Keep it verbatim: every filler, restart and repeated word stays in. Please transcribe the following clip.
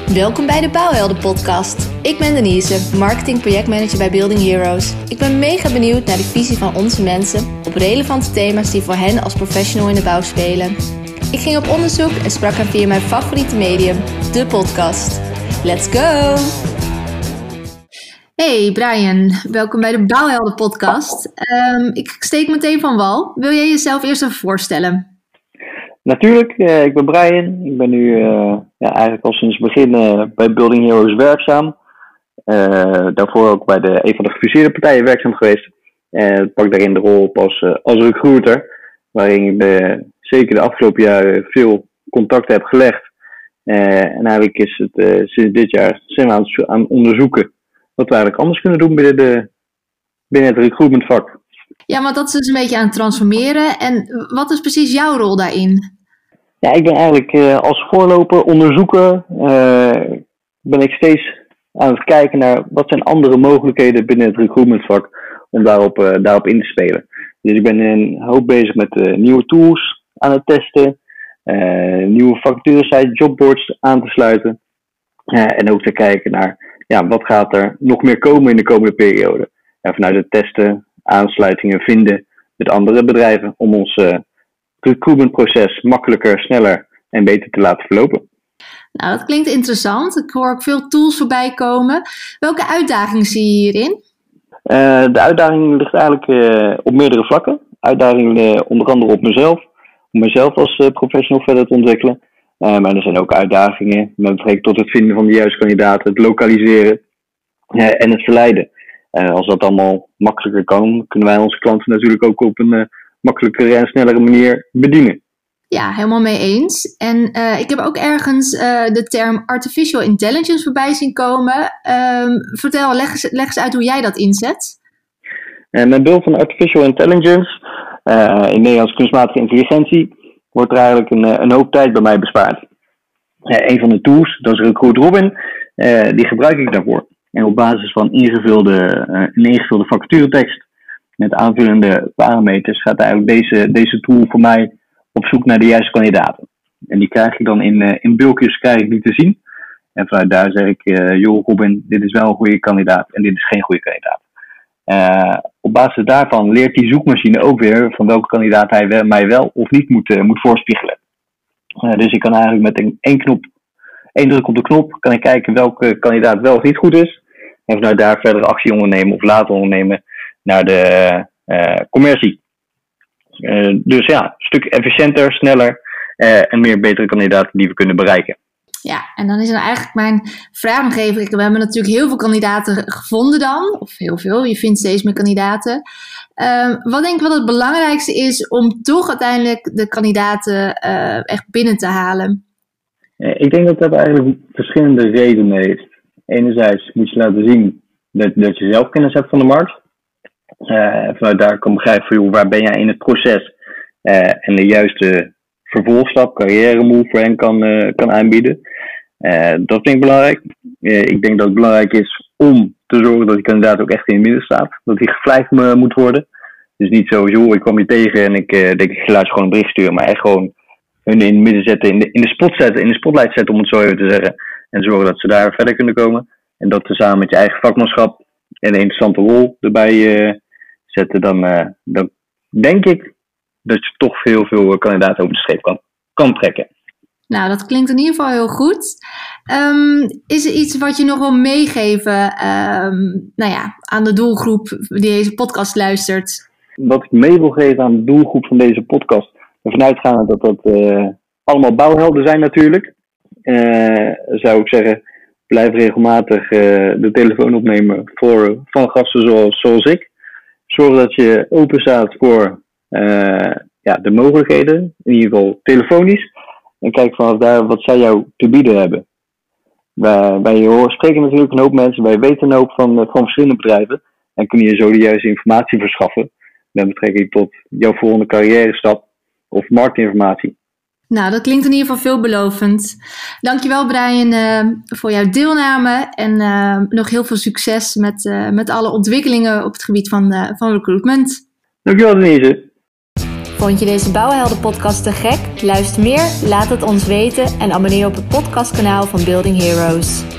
Welkom bij de Bouwhelden podcast. Ik ben Denise, marketing projectmanager bij Building Heroes. Ik ben mega benieuwd naar de visie van onze mensen op relevante thema's die voor hen als professional in de bouw spelen. Ik ging op onderzoek en sprak hen via mijn favoriete medium, de podcast. Let's go! Hey Brian, welkom bij de Bouwhelden podcast. Um, ik steek meteen van wal. Wil jij jezelf eerst even voorstellen? Natuurlijk, uh, ik ben Brian. Ik ben nu uh, ja, eigenlijk al sinds het begin uh, bij Building Heroes werkzaam. Uh, daarvoor ook bij de, een van de gefuseerde partijen werkzaam geweest. En uh, pak daarin de rol op als, uh, als recruiter. Waarin ik de, zeker de afgelopen jaren veel contacten heb gelegd. Uh, en eigenlijk is het uh, sinds dit jaar zijn we aan het aan onderzoeken wat we eigenlijk anders kunnen doen binnen, de, binnen het recruitmentvak. Ja, want dat is dus een beetje aan het transformeren. En wat is precies jouw rol daarin? Ja, ik ben eigenlijk uh, als voorloper, onderzoeker, uh, ben ik steeds aan het kijken naar wat zijn andere mogelijkheden binnen het recruitmentvak om daarop, uh, daarop in te spelen. Dus ik ben een hoop bezig met uh, nieuwe tools aan het testen, uh, nieuwe vacaturesites, jobboards aan te sluiten uh, en ook te kijken naar ja, wat gaat er nog meer komen in de komende periode. En vanuit het testen, aansluitingen vinden met andere bedrijven om ons uh, recruitmentproces makkelijker, sneller en beter te laten verlopen. Nou, dat klinkt interessant. Ik hoor ook veel tools voorbij komen. Welke uitdagingen zie je hierin? Uh, de uitdaging ligt eigenlijk uh, op meerdere vlakken. Uitdaging uh, onder andere op mezelf. Om mezelf als uh, professional verder te ontwikkelen. Uh, maar er zijn ook uitdagingen met betrekking tot het vinden van de juiste kandidaten, het lokaliseren uh, en het verleiden. Uh, als dat allemaal makkelijker kan, kunnen wij onze klanten natuurlijk ook op een uh, makkelijkere en snellere manier bedienen. Ja, helemaal mee eens. En uh, ik heb ook ergens uh, de term artificial intelligence voorbij zien komen. Um, vertel, leg eens, leg eens uit hoe jij dat inzet. Uh, met behulp van artificial intelligence, uh, in Nederlands kunstmatige intelligentie, wordt er eigenlijk een, een hoop tijd bij mij bespaard. Uh, een van de tools, dat is Recruit Robin, uh, die gebruik ik daarvoor. En op basis van ingevulde, uh, een ingevulde vacaturetekst met aanvullende parameters gaat eigenlijk deze, deze tool voor mij op zoek naar de juiste kandidaten. En die krijg ik dan in, uh, in bulkjes krijg ik die te zien. En vanuit daar zeg ik, uh, joh Robin, dit is wel een goede kandidaat en dit is geen goede kandidaat. Uh, op basis daarvan leert die zoekmachine ook weer van welke kandidaat hij wel, mij wel of niet moet, uh, moet voorspiegelen. Uh, dus ik kan eigenlijk met een, één knop, één druk op de knop, kan ik kijken welke kandidaat wel of niet goed is. En vanuit daar verder actie ondernemen of laten ondernemen naar de uh, commercie. Uh, dus ja, een stuk efficiënter, sneller uh, en meer betere kandidaten die we kunnen bereiken. Ja, en dan is er eigenlijk mijn vraag nog even. We hebben natuurlijk heel veel kandidaten gevonden dan. Of heel veel, je vindt steeds meer kandidaten. Uh, wat denk je wat het belangrijkste is om toch uiteindelijk de kandidaten uh, echt binnen te halen? Uh, ik denk dat dat eigenlijk verschillende redenen heeft. Enerzijds moet je laten zien dat, dat je zelf kennis hebt van de markt. Uh, vanuit daar kan begrijpen van, joh, waar ben jij in het proces uh, en de juiste vervolgstap, carrière move voor hen kan, uh, kan aanbieden. Uh, dat vind ik belangrijk. Uh, ik denk dat het belangrijk is om te zorgen dat die kandidaat ook echt in het midden staat. Dat hij gevleid uh, moet worden. Dus niet zo, joh, ik kwam je tegen en ik uh, denk ik ga gewoon een bericht sturen, maar echt gewoon hun in het midden zetten, in de, in de spot zetten, in de spotlight zetten om het zo even te zeggen. En zorgen dat ze daar verder kunnen komen. En dat tezamen met je eigen vakmanschap en een interessante rol erbij uh, zetten, dan, uh, dan denk ik dat je toch veel, veel kandidaten over de streep kan, kan trekken. Nou, dat klinkt in ieder geval heel goed. Um, is er iets wat je nog wil meegeven um, nou ja, aan de doelgroep die deze podcast luistert? Wat ik mee wil geven aan de doelgroep van deze podcast, ervan uitgaande dat dat uh, allemaal bouwhelden zijn natuurlijk, uh, zou ik zeggen, blijf regelmatig uh, de telefoon opnemen voor, van gasten zoals, zoals ik. Zorg dat je open staat voor uh, ja, de mogelijkheden, in ieder geval telefonisch. En kijk vanaf daar wat zij jou te bieden hebben. Wij, wij horen, spreken natuurlijk een hoop mensen, wij weten een hoop van, van verschillende bedrijven. En kunnen je zo de juiste informatie verschaffen met betrekking tot jouw volgende carrière stap of marktinformatie. Nou, dat klinkt in ieder geval veelbelovend. Dankjewel Brian uh, voor jouw deelname en uh, nog heel veel succes met, uh, met alle ontwikkelingen op het gebied van, uh, van recruitment. Dankjewel Denise. Vond je deze Bouwhelden podcast te gek? Luister meer, laat het ons weten en abonneer op het podcastkanaal van Building Heroes.